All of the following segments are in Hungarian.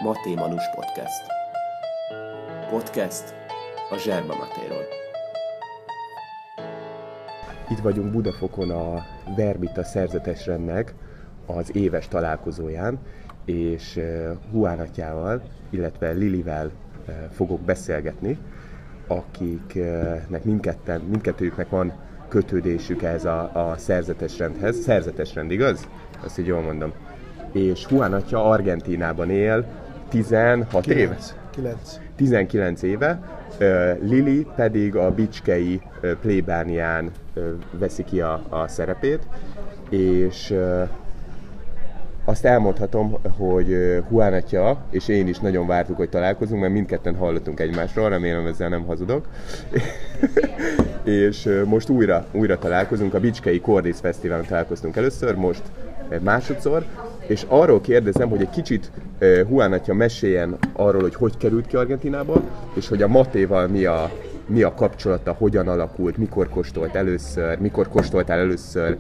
Maté Manus Podcast. Podcast a Zserba Matéról. Itt vagyunk Budafokon a Verbita szerzetesrendnek az éves találkozóján, és Juan atyával, illetve Lilivel fogok beszélgetni, akiknek mindkettőjüknek van kötődésük ez a szerzetesrendhez. Szerzetesrend, igaz? Azt így jól mondom. És Juan atya Argentínában él 16 éve? 19 éve. Lili pedig a bicskei plébánián veszi ki a szerepét, és azt elmondhatom, hogy Juan atya és én is nagyon vártuk, hogy találkozunk, mert mindketten hallottunk egymásról, remélem ezzel nem hazudok. És most újra találkozunk, a Bicskei Kordész Fesztiválon találkoztunk először, most másodszor, és arról kérdezem, hogy egy kicsit Juan atya meséljen arról, hogy került ki Argentínába, és hogy a Matéval mi a kapcsolata, hogyan alakult, mikor kóstoltál először,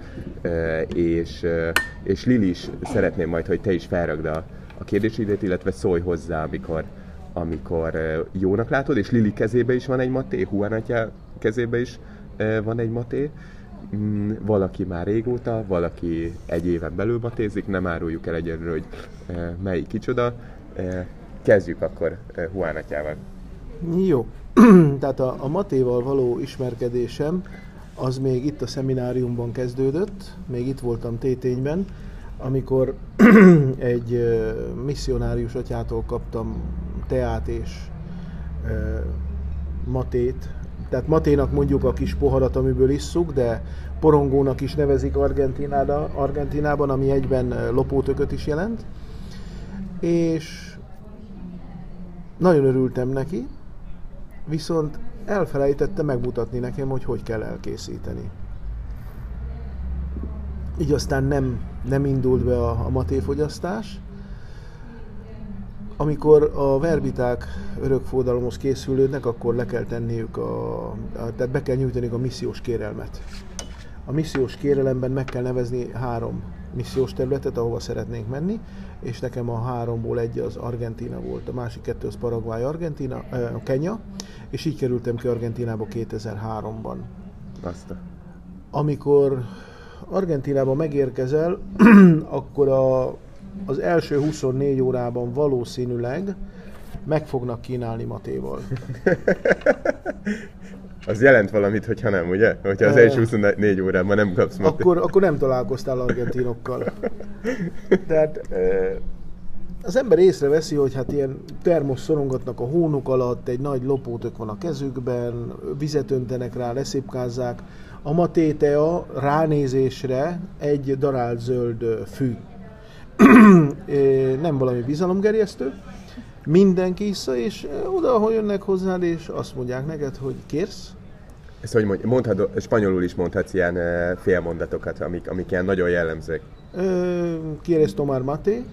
és Lili is szeretném majd, hogy te is felragd a kérdéseidet, illetve szólj hozzá, amikor jónak látod, és Lili kezébe is van egy maté, Juan atya kezébe is van egy maté. Valaki már régóta, valaki egy éven belül matézik, nem áruljuk el egyelőre, hogy melyik kicsoda. Kezdjük akkor Juan atyával. Jó, tehát a matéval való ismerkedésem az még itt a szemináriumban kezdődött, még itt voltam Tétényben, amikor egy misszionárius atyától kaptam teát és matét. Tehát maténak mondjuk a kis poharat, amiből isszuk, de porongónak is nevezik Argentínában, ami egyben lopótököt is jelent. És nagyon örültem neki, viszont elfelejtette megmutatni nekem, hogy kell elkészíteni. Így aztán nem indult be a matéfogyasztás. Amikor a verbiták örökfordalomhoz készülődnek, akkor le kell tenniük tehát be kell nyújtaniuk a missziós kérelmet. A missziós kérelemben meg kell nevezni 3 missziós területet, ahova szeretnénk menni, és nekem a 3-ból egy az Argentína volt, a másik 2 az Paraguay, Kenya, és így kerültem ki Argentínába 2003-ban. Basta. Amikor Argentínába megérkezel, akkor az első 24 órában valószínűleg meg fognak kínálni matéval. Az jelent valamit, hogyha nem, ugye? Hogyha az első 24 órában nem kapsz matét. Akkor nem találkoztál argentinokkal. Tehát az ember észreveszi, hogy hát ilyen termosz szorongatnak a hónuk alatt, egy nagy lopótök van a kezükben, vizet öntenek rá, leszipkázzák. A matétea ránézésre egy darált zöld fű. Nem valami bizalomgerjesztő, mindenki issza, és oda, ahol jönnek hozzád, és azt mondják neked, hogy kérsz. Ezt hogy mondhatod, spanyolul is mondhatsz ilyen félmondatokat, amik ilyen nagyon jellemzők. Quieres tomar maté?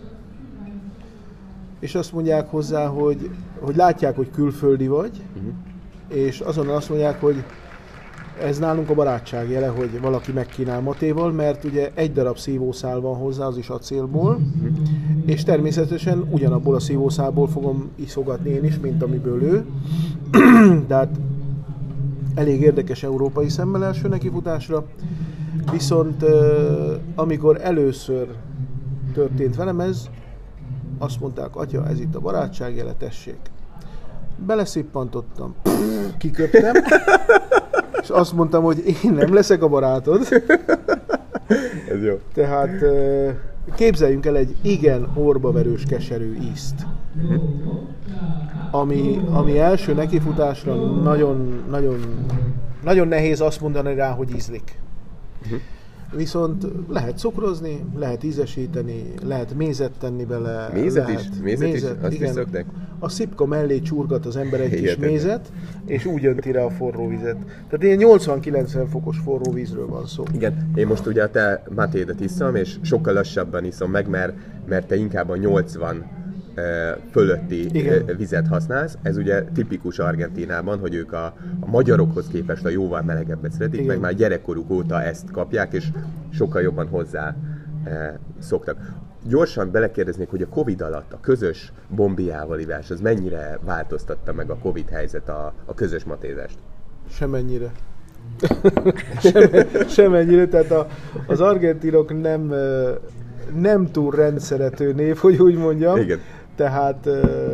És azt mondják hozzá, hogy látják, hogy külföldi vagy, és azonnal azt mondják, hogy ez nálunk a barátság jele, hogy valaki megkínál matéval, mert ugye egy darab szívószál van hozzá, az is acélból, és természetesen ugyanabból a szívószálból fogom iszogatni én is, mint amiből ő. Tehát elég érdekes európai szemmel első nekifutásra. Viszont amikor először történt velem ez, azt mondták, atya, ez itt a barátság jele, tessék. Beleszippantottam, kiköptem, és azt mondtam, hogy én nem leszek a barátod. Ez jó. Tehát képzeljünk el egy igen orbaverős, keserű ízt, ami első nekifutásra nagyon nehéz azt mondani rá, hogy ízlik. Viszont lehet cukrozni, lehet ízesíteni, lehet mézet tenni bele. Mézet is? Azt is szokták? A szipka mellé csurgat az ember egy kis mézet, és úgy önti rá a forró vizet. Tehát ilyen 80-90 fokos forró vízről van szó. Igen, én most ugye a te matédet iszom, és sokkal lassabban iszom meg, mert te inkább a 80 fölötti vizet használsz. Ez ugye tipikus Argentínában, hogy ők a magyarokhoz képest a jóval melegebbet szeretik, meg már gyerekkoruk óta ezt kapják, és sokkal jobban hozzá szoktak. gyorsan belekérdeznék, hogy a Covid alatt a közös bombiávalivás az mennyire változtatta meg a Covid helyzet a közös matézást? Semennyire. Semennyire, tehát az argentinok nem túl rendszerető név, hogy úgy mondjam. Igen. Tehát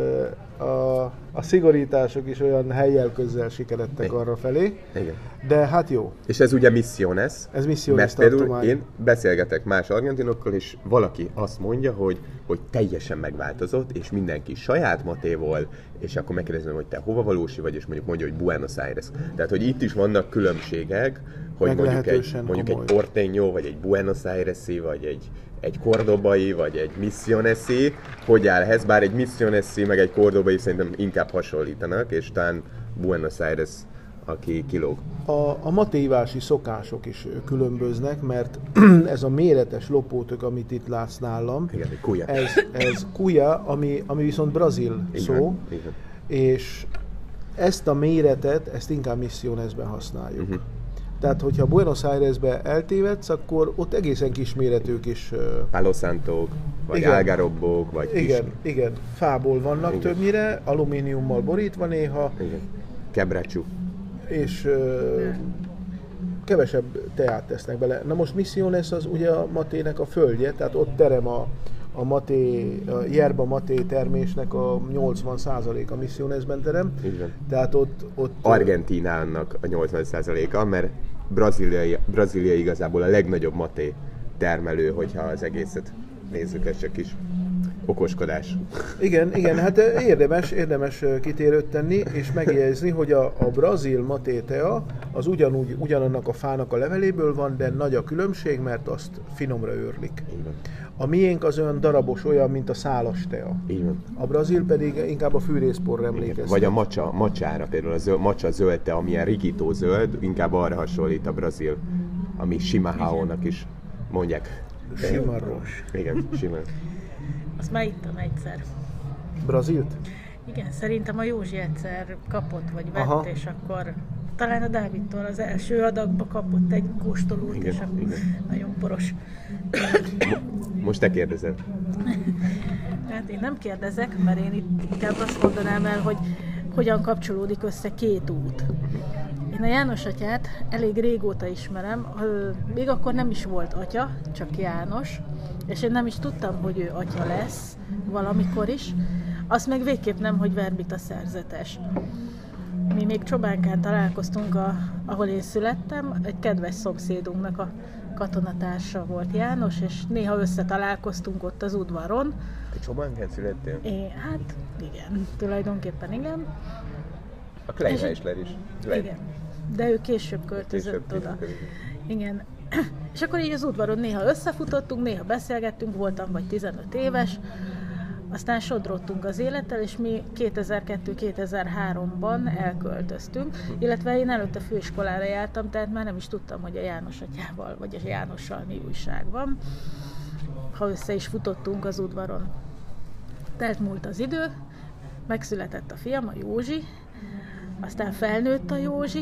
a szigorítások is olyan helyjel közel sikeredtek arra felé. Igen. De hát jó. És ez ugye Misiones. Ez Misiones mert például tartomány. én beszélgetek más argentinokkal, és valaki azt mondja, hogy teljesen megváltozott, és mindenki saját matéval, és akkor megkérdezem, hogy te hova valósi vagy, és mondja, hogy Buenos Aires. Tehát, hogy itt is vannak különbségek, hogy mondjuk egy Porteño, vagy egy Buenos Aires-i, vagy egy kordobai, vagy egy Misionesi, hogy áll ehhez, bár egy Misionesi, meg egy kordobai szerintem inkább hasonlítanak, és talán Buenos Aires, aki kilóg. A matéívási szokások is különböznek, mert ez a méretes lopótök, amit itt látsz nálam, igen, egy kuja. Ez kuja, ami viszont brazil szó, igen. És ezt a méretet, ezt inkább Misionesben használjuk. Tehát, hogyha Buenos Airesbe eltévedsz, akkor ott egészen kisméretűk is... Palo Santók, vagy Algarrobók, vagy igen, fából vannak többnyire, alumíniummal borítva néha. Igen. Quebracho. És kevesebb teát tesznek bele. Na most Misiones az ugye a matének a földje, tehát ott terem a yerba maté termésnek a 80%-a Misionesben terem. Igen. Tehát ott Argentínának a 80%-a, mert Brazília igazából a legnagyobb maté termelő, hogyha az egészet nézzük, ez csak is okoskodás. Igen, hát érdemes kitérőt tenni, és megjegyezni, hogy a brazil maté tea az ugyanannak a fának a leveléből van, de nagy a különbség, mert azt finomra őrlik. Igen. A miénk az olyan darabos, olyan, mint a szálas tea. Igen. A brazil pedig inkább a fűrészporra emlékeztet. Vagy a macsára, például a macsa zöld tea, amilyen rigító zöld, inkább arra hasonlít a brazil, ami chimarrón-nak is mondják. Chimarrón. Igen, chimarrón. Azt már ittam egyszer. Brazilt? Igen, szerintem a Józsi egyszer kapott, vagy vett, Aha. és akkor talán a Dávidtól az első adagba kapott egy kóstolót, Igen, és akkor igen. nagyon poros. Most te kérdezel. Hát én nem kérdezek, mert én itt inkább azt mondanám el, hogy hogyan kapcsolódik össze két út. Én a János atyát elég régóta ismerem, még akkor nem is volt atya, csak János, és én nem is tudtam, hogy ő atya lesz valamikor is. Azt meg végképp nem, hogy verbita szerzetes. Mi még Csobánkán találkoztunk, ahol én születtem, egy kedves szomszédunknak a katonatársa volt János, és néha összetalálkoztunk ott az udvaron. Te Csobánkán születtél? Hát igen, tulajdonképpen igen. A Kleinheisler is. Igen, de ő később költözött oda. Igen. És akkor így az udvaron néha összefutottunk, néha beszélgettünk, voltam vagy 15 éves, aztán sodródtunk az élettel, és mi 2002-2003-ban elköltöztünk, illetve én előtte főiskolára jártam, tehát már nem is tudtam, hogy a János atyával, vagy a Jánossal mi újság van, ha össze is futottunk az udvaron. Telt múlt az idő, megszületett a fiam, a Józsi, aztán felnőtt a Józsi,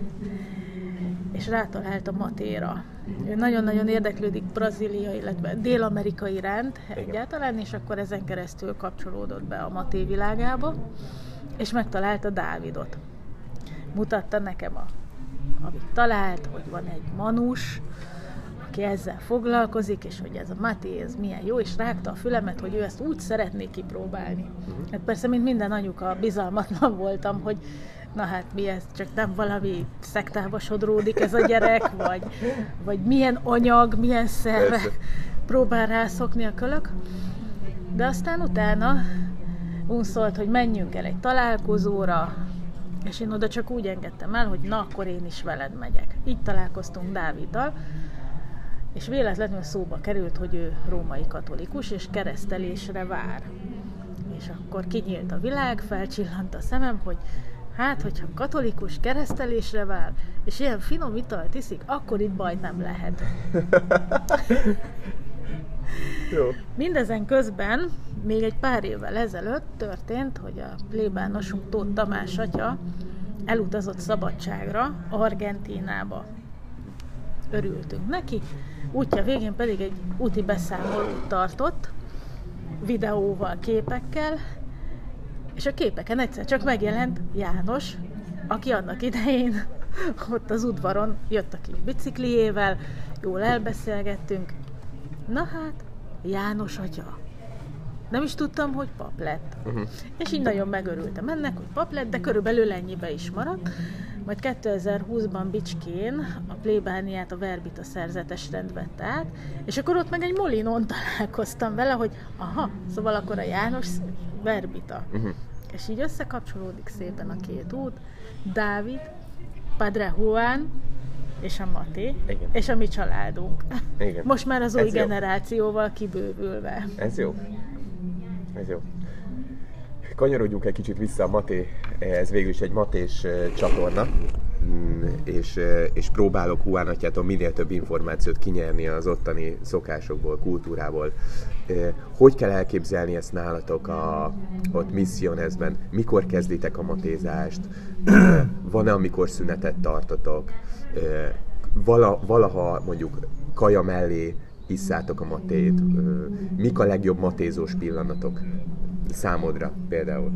és rátalált a matéra. Ő nagyon-nagyon érdeklődik Brazília, illetve Dél-Amerika iránt egyáltalán, és akkor ezen keresztül kapcsolódott be a maté világába, és megtalálta Dávidot. Mutatta nekem, amit talált, hogy van egy manus, aki ezzel foglalkozik, és hogy ez a maté, ez milyen jó, és rágta a fülemet, hogy ő ezt úgy szeretné kipróbálni. Hát persze, mint minden anyuka, bizalmatlan voltam, hogy na hát mi ez, csak nem valami szektába sodródik ez a gyerek, vagy milyen anyag, milyen szerve próbál rászokni a kölök. De aztán utána unszolt, hogy menjünk el egy találkozóra, és én oda csak úgy engedtem el, hogy na, akkor én is veled megyek. Így találkoztunk Dáviddal, és véletlenül szóba került, hogy ő római katolikus, és keresztelésre vár. És akkor kinyílt a világ, felcsillant a szemem, hogy hát, hogyha katolikus keresztelésre vár, és ilyen finom italt iszik, akkor itt baj nem lehet. Jó. Mindezen közben, még egy pár évvel ezelőtt történt, hogy a plébánosunk Tóth Tamás atya elutazott szabadságra Argentínába. Örültünk neki, útja végén pedig egy úti beszámolót tartott, videóval, képekkel, és a képeken egyszer csak megjelent János, aki annak idején ott az udvaron jött a kis bicikliével, jól elbeszélgettünk. Na hát, János atya. Nem is tudtam, hogy pap lett. És így nagyon megörültem ennek, hogy pap lett, de körülbelül ennyibe is maradt. Majd 2020-ban Bicskén a plébániát, a Verbita szerzetes rend vett át, és akkor ott meg egy molinon találkoztam vele, hogy aha, szóval akkor a János Verbita. És így összekapcsolódik szépen a két út, Dávid, Padre Juan és a Maté, Igen. és a mi családunk. Igen. Most már az új Ez jó. generációval kibővülve. Ez jó. Ez jó. Kanyarodjunk egy kicsit vissza a Maté, ez végül is egy matés csatorna, és próbálok Juan atyától minél több információt kinyerni az ottani szokásokból, kultúrából. Hogy kell elképzelni ezt nálatok ott Misionesben? Mikor kezditek a matézást? Van-e, amikor szünetet tartotok? Valaha mondjuk kaja mellé isszátok a matét? Mik a legjobb matézós pillanatok számodra például?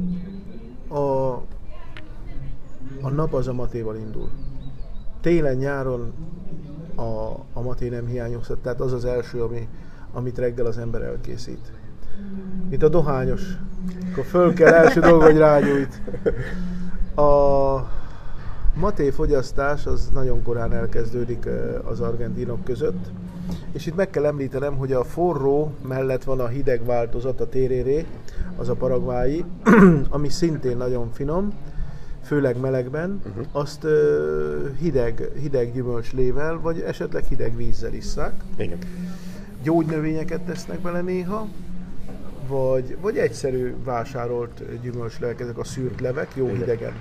A nap az a matéval indul. Télen-nyáron a maté nem hiányozhat, tehát az az első, amit reggel az ember elkészít. Mint a dohányos, akkor föl kell első dolog, hogy rágyújt. A maté fogyasztás az nagyon korán elkezdődik az argentinok között, és itt meg kell említenem, hogy a forró mellett van a hideg változat, a tereré, az a paraguayi, ami szintén nagyon finom, főleg melegben, azt hideg gyümölcslével, vagy esetleg hideg vízzel isszák. Igen. Gyógynövényeket tesznek bele néha, vagy egyszerű vásárolt gyümölcslevek, ezek a szűrt levek, jó hidegen.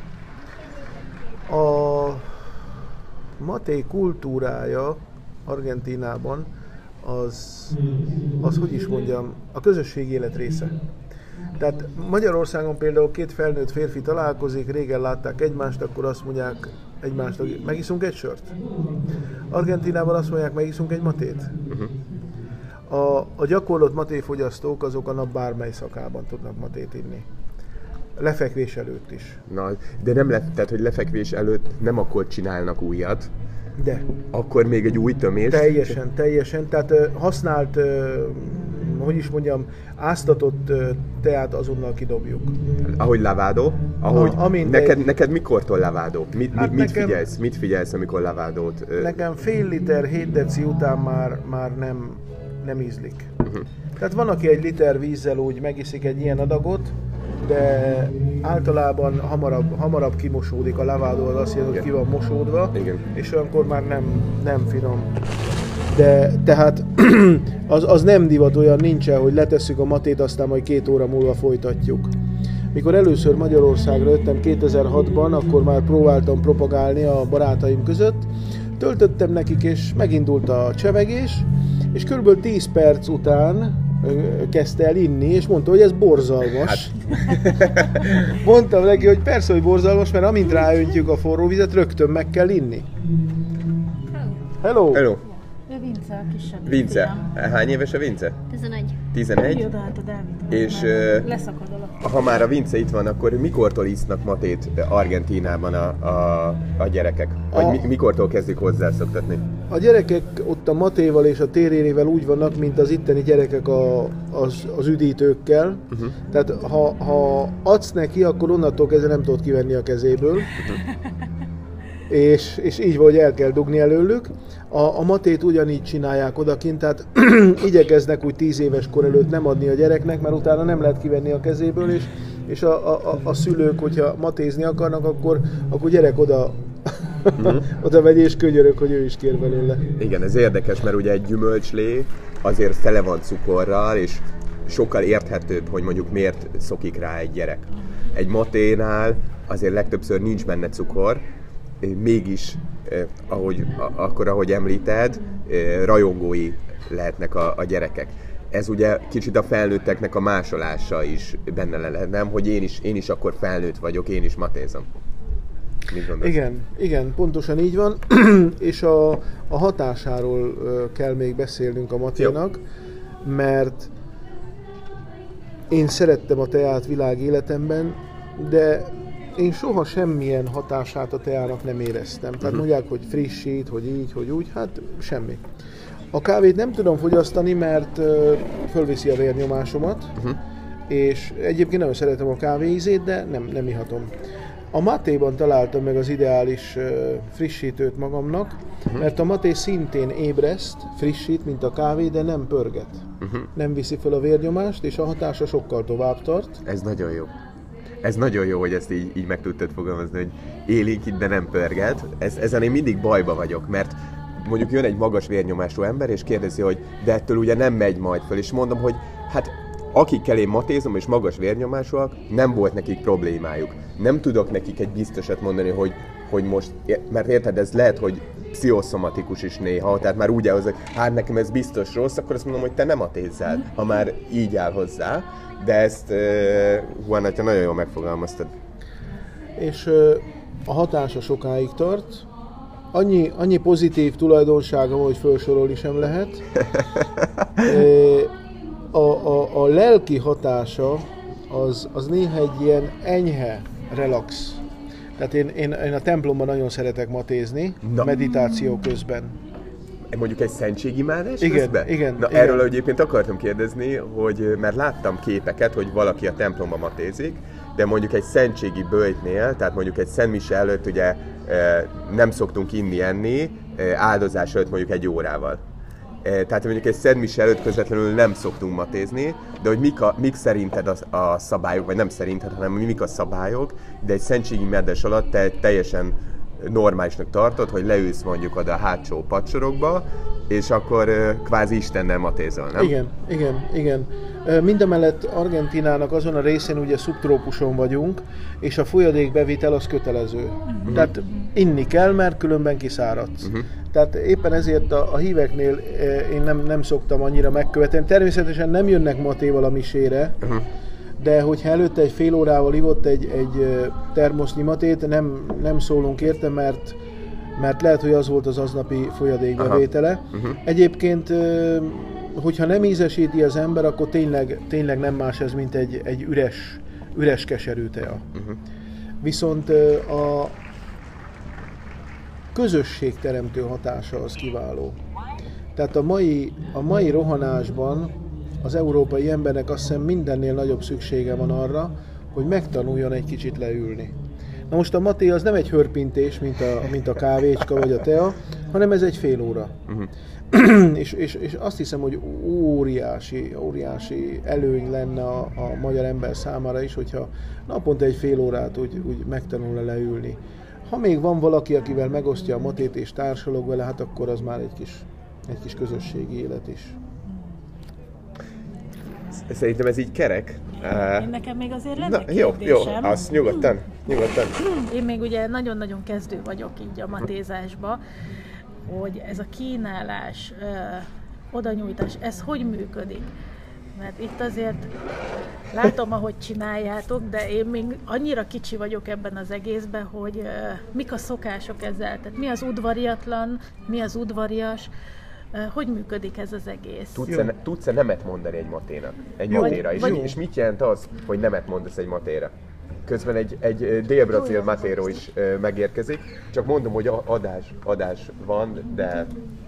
A maté kultúrája Argentínában az hogy is mondjam, a közösségi élet része. Tehát Magyarországon például két felnőtt férfi találkozik, régen látták egymást, akkor azt mondják egymásnak, megiszunk egy sört? Argentínában azt mondják, megiszunk egy matét? A gyakorlott matéfogyasztók azok a nap bármely szakában tudnak matét inni. Lefekvés előtt is. Na, de tehát, hogy lefekvés előtt nem akkor csinálnak újat, De. akkor még egy új tömést. Teljesen. Tehát használt, hogy is mondjam, áztatott teát azonnal kidobjuk. Ahogy lavádó? Neked mikortól lavádó? Mit figyelsz, amikor lavádót? Nekem fél liter 7 deci után már nem ízlik. Tehát van, aki egy liter vízzel úgy megiszik egy ilyen adagot, de általában hamarabb kimosódik a lavádó, az azt jelenti, hogy ki van mosódva, és olyankor már nem finom. De tehát az nem divat, olyan nincsen, hogy letesszük a matét, aztán majd 2 óra múlva folytatjuk. Mikor először Magyarországra jöttem 2006-ban, akkor már próbáltam propagálni a barátaim között, töltöttem nekik, és megindult a csevegés, és kb. 10 perc után kezdte el inni, és mondta, hogy ez borzalmas. Mondtam neki, hogy persze, hogy borzalmas, mert amint ráöntjük a forró vizet, rögtön meg kell inni. Hello! Hello! Ő Vince, a kisebb. Vince. Hány éves a Vince? 11. 11? Oda állt a Dávid. És leszakad alatt. ha már a Vince itt van, akkor mikortól isznak matét Argentínában a gyerekek? Vagy mikortól kezdik hozzászoktatni? A gyerekek ott a matéval és a térérével úgy vannak, mint az itteni gyerekek az üdítőkkel. Tehát ha adsz neki, akkor onnantól kezdve nem tudod kivenni a kezéből. És így vagy el kell dugni előlük. A matét ugyanígy csinálják odakint, tehát igyekeznek úgy 10 éves kor előtt nem adni a gyereknek, mert utána nem lehet kivenni a kezéből, és a szülők, hogyha matézni akarnak, akkor gyerek oda megy és könyörög, hogy ő is kér belőle. Igen, ez érdekes, mert ugye egy gyümölcslé azért tele van cukorral, és sokkal érthetőbb, hogy mondjuk miért szokik rá egy gyerek. Egy maténál azért legtöbbször nincs benne cukor, mégis, ahogy említed, rajongói lehetnek a gyerekek. Ez ugye kicsit a felnőtteknek a másolása is benne lehet, nem? Hogy én is akkor felnőtt vagyok, én is matézom. Mit gondolsz? Igen, pontosan így van, és a hatásáról kell még beszélnünk a maténak, mert én szerettem a teát világ életemben, de én soha semmilyen hatását a teának nem éreztem. Tehát mondják, hogy frissít, hogy így, hogy úgy, hát semmi. A kávét nem tudom fogyasztani, mert fölviszi a vérnyomásomat, és egyébként nagyon szeretem a kávé ízét, de nem ihatom. A matéban találtam meg az ideális frissítőt magamnak, mert a maté szintén ébreszt, frissít, mint a kávé, de nem pörget. Nem viszi fel a vérnyomást, és a hatása sokkal tovább tart. Ez nagyon jó. Ez nagyon jó, hogy ezt így meg tudtad fogalmazni, hogy élénkít, de nem pörget. Ezen én mindig bajba vagyok, mert mondjuk jön egy magas vérnyomású ember, és kérdezi, hogy de ettől ugye nem megy majd föl, és mondom, hogy hát akikkel én matézom, és magas vérnyomásúak, nem volt nekik problémájuk. Nem tudok nekik egy biztosat mondani, hogy most, mert érted, ez lehet, hogy pszichoszomatikus is néha, tehát már úgy áll hozzá, hogy hát nekem ez biztos rossz, akkor azt mondom, hogy te nem matézzál, ha már így áll hozzá, de ezt Juan atya nagyon jól megfogalmaztad. És a hatása sokáig tart, annyi pozitív tulajdonsága, hogy felsorolni sem lehet. A lelki hatása az néha egy ilyen enyhe relax. Tehát én a templomban nagyon szeretek matézni, meditáció közben. Mondjuk egy szentségimádás közben? Igen. Erről egyébként akartam kérdezni, hogy mert láttam képeket, hogy valaki a templomban matézik, de mondjuk egy szentségi böjtnél, tehát mondjuk egy szentmise előtt ugye nem szoktunk inni-enni, áldozás előtt mondjuk egy órával. Tehát mondjuk egy szentmise előtt közvetlenül nem szoktunk matézni, de hogy mik szerinted a szabályok, vagy nem szerinted, hanem mik a szabályok, de egy szentségimádás alatt te teljesen normálisnak tartod, hogy leülsz mondjuk oda a hátsó padsorokba, és akkor kvázi Istennel matézol, nem? Igen. Mindemellett Argentinának azon a részén ugye szubtrópuson vagyunk, és a folyadékbevitel az kötelező. Tehát inni kell, mert különben kiszáradsz. Tehát éppen ezért a híveknél én nem szoktam annyira megkövetni. Természetesen nem jönnek matéval a misére, de hogyha előtte egy fél órával ivott egy termosznyi matét, nem szólunk érte, mert lehet, hogy az volt az aznapi folyadékbevétele. Egyébként, hogyha nem ízesíti az ember, akkor tényleg nem más ez, mint egy üres keserű tea. Viszont a közösségteremtő hatása az kiváló. Tehát a mai rohanásban az európai embernek azt hiszem mindennél nagyobb szüksége van arra, hogy megtanuljon egy kicsit leülni. Na most a maté az nem egy hörpintés, mint a kávécska vagy a tea, hanem ez egy fél óra. És azt hiszem, hogy óriási előny lenne a magyar ember számára is, hogyha naponta egy fél órát úgy megtanulna leülni. Ha még van valaki, akivel megosztja a matét és társalog vele, hát akkor az már egy kis közösségi élet is. Szerintem ez így kerek. Nekem még azért lenne Jó, kérdésem. azt nyugodtan. Én még ugye nagyon-nagyon kezdő vagyok így a matézásba, hogy ez a kínálás, odanyújtás, ez hogy működik? Mert itt azért látom, ahogy csináljátok, de én még annyira kicsi vagyok ebben az egészben, hogy mik a szokások ezzel, tehát mi az udvariatlan, mi az udvarias, hogy működik ez az egész? Tudsz-e nemet mondani egy maténak? Egy matéra. És mit jelent az, hogy nemet mondasz egy matéra? Közben egy dél-brazil matéró is megérkezik. Csak mondom, hogy adás van, de...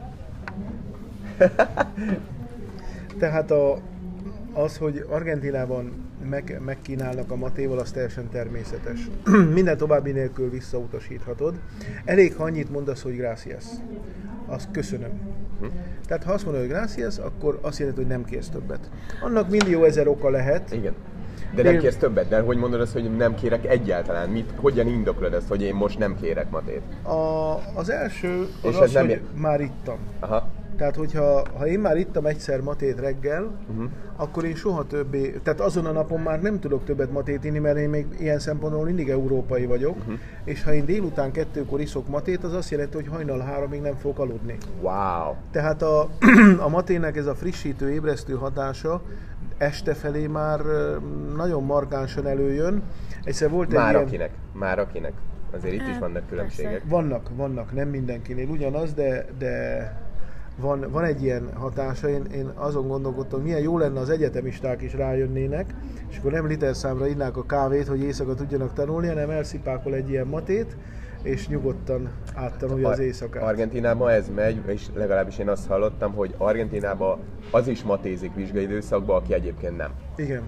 Tehát az, hogy Argentínában megkínálnak a matéval, az teljesen természetes. Minden további nélkül visszautasíthatod. Elég, ha annyit mondasz, hogy gracias. Azt köszönöm. Tehát ha azt mondod, hogy gracias, akkor azt jelenti, hogy nem kérsz többet. Annak millió ezer oka lehet. Igen. De nem kérsz többet, de hogy mondod azt, hogy nem kérek egyáltalán? Hogyan indoklod ezt, hogy én most nem kérek matét? Az első az, hogy már ittam. Aha. Tehát, ha én már ittam egyszer matét reggel, akkor én soha többé, tehát azon a napon már nem tudok többet matét inni, mert én még ilyen szempontból mindig európai vagyok, és ha én délután 2-kor iszok matét, az azt jelenti, hogy hajnal 3-ig nem fogok aludni. Wow! Tehát a matének ez a frissítő, ébresztő hatása este felé már nagyon markánsan előjön. Egyszer volt Már akinek. Azért itt is vannak különbségek. Vannak, nem mindenkinél ugyanaz, de van egy ilyen hatása. Én azon gondolkodtam, milyen jó lenne az egyetemisták is rájönnének, és akkor nem literszámra innák a kávét, hogy éjszaka tudjanak tanulni, hanem elszipákol egy ilyen matét, és nyugodtan áttanulja az éjszakát. Argentínában ez megy, és legalábbis én azt hallottam, hogy Argentínában az is matézik vizsgai időszakban, aki egyébként nem. Igen.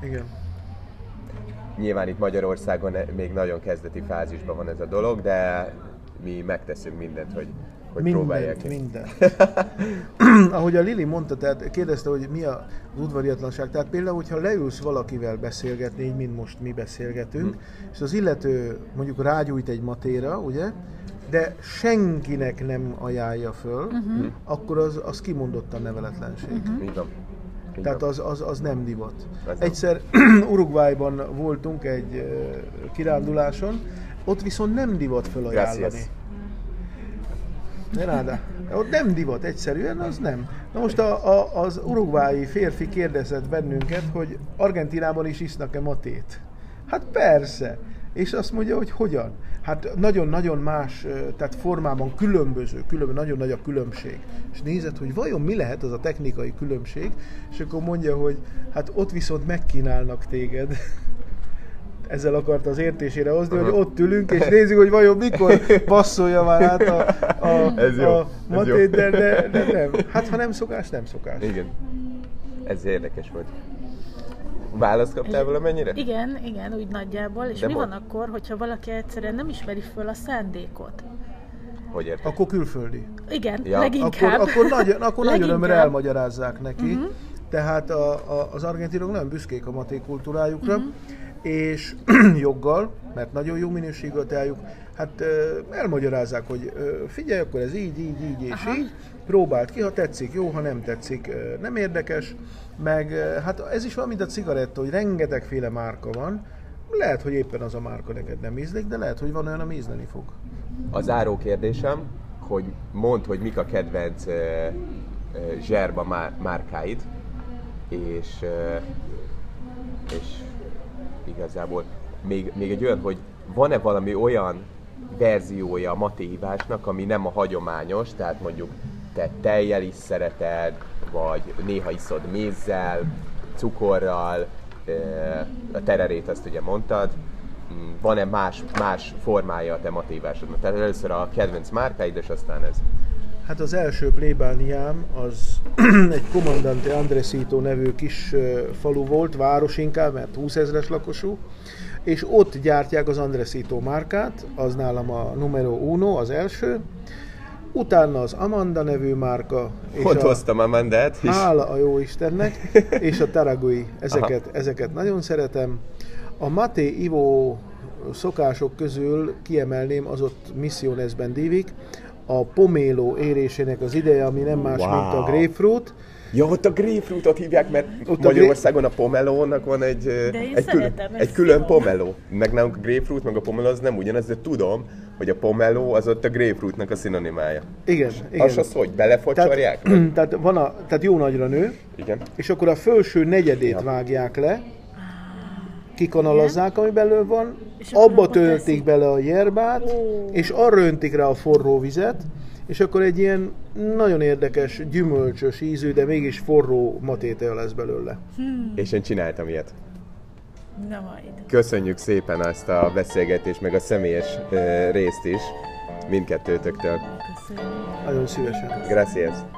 Nyilván itt Magyarországon még nagyon kezdeti fázisban van ez a dolog, de mi megteszünk mindent, hogy próbálják. Mindent. Ahogy a Lili mondta, tehát kérdezte, hogy mi az udvariatlanság. Tehát például, hogyha leülsz valakivel beszélgetni, így mint most mi beszélgetünk, és az illető mondjuk rágyújt egy matéra, ugye, de senkinek nem ajánlja föl, akkor az kimondottan neveletlenség. Így van. Tehát az nem divat. Egyszer Uruguayban voltunk egy kiránduláson, ott viszont nem divat felajánlani. Gracias. De ráda. Ott nem divat, egyszerűen az nem. Na most az uruguayi férfi kérdezett bennünket, hogy Argentínában is isznak-e matét. Hát persze. És azt mondja, hogy hogyan? Hát nagyon-nagyon más, tehát formában különböző, nagyon nagy a különbség. És nézed, hogy vajon mi lehet az a technikai különbség, és akkor mondja, hogy hát ott viszont megkínálnak téged. Ezzel akarta az értésére hozni, hogy ott ülünk, és nézzük, hogy vajon mikor passzolja már át a matét, de nem. Hát ha nem szokás, nem szokás. Igen. Ez érdekes volt. Választ kaptál valamennyire? Igen, úgy nagyjából. És mi van akkor, hogyha valaki egyszerűen nem ismeri föl a szándékot? Hogy érted? Akkor külföldi. Igen, leginkább. Akkor nagyon ömre elmagyarázzák neki. Tehát az argentinok nagyon büszkék a maté kultúrájukra, és joggal, mert nagyon jó minőségű a teájuk, hát elmagyarázzák, hogy figyelj, akkor ez így és így, próbáld ki, ha tetszik, jó, ha nem tetszik, nem érdekes, meg hát ez is van, mint a cigaretta, hogy rengetegféle márka van, lehet, hogy éppen az a márka neked nem ízlik, de lehet, hogy van olyan, ami ízleni fog. A záró kérdésem, hogy mondd, hogy mik a kedvenc zserba márkáid, és igazából még egy olyan, hogy van-e valami olyan verziója a matéhívásnak, ami nem a hagyományos, tehát mondjuk te tejjel is szereted, vagy néha iszod mézzel, cukorral, a tererét azt ugye mondtad, van-e más formája a te matéhívásodnak? Tehát először a kedvenc márkáid, és aztán ez. Hát az első plébániám az egy Comandante Andresito nevű kis falu volt, város inkább, mert 20 000-es lakosú, és ott gyártják az Andresito márkát, az nálam a numero uno, az első, utána az Amanda nevű márka, és ott hoztam Amandát is. Hála a jó Istennek, és a Taragui, ezeket nagyon szeretem. A maté ivó szokások közül kiemelném, az ott Misionesben dívik, a pomelo érésének az ideje, ami nem más, mint a grapefruit. Ja, ott a grapefruitot hívják, mert ott Magyarországon a pomelónak van egy külön pomelo. Meg nálunk a grapefruit, meg a pomelo az nem ugyanaz, de tudom, hogy a pomelo az ott a grapefruitnak a szinonimája. Igen. Az hogy? Belefocsorják? Tehát jó nagyra nő, igen. És akkor a felső negyedét vágják le, kikanalazzák, ami belül van, abba töltik bele a yerbát, és arra öntik rá a forró vizet, és akkor egy ilyen nagyon érdekes, gyümölcsös ízű, de mégis forró matétea lesz belőle. És én csináltam ilyet. Na majd. Köszönjük szépen ezt a beszélgetést, meg a személyes részt is mindkettőtöktől. Köszönjük. Nagyon szívesen. Gracias.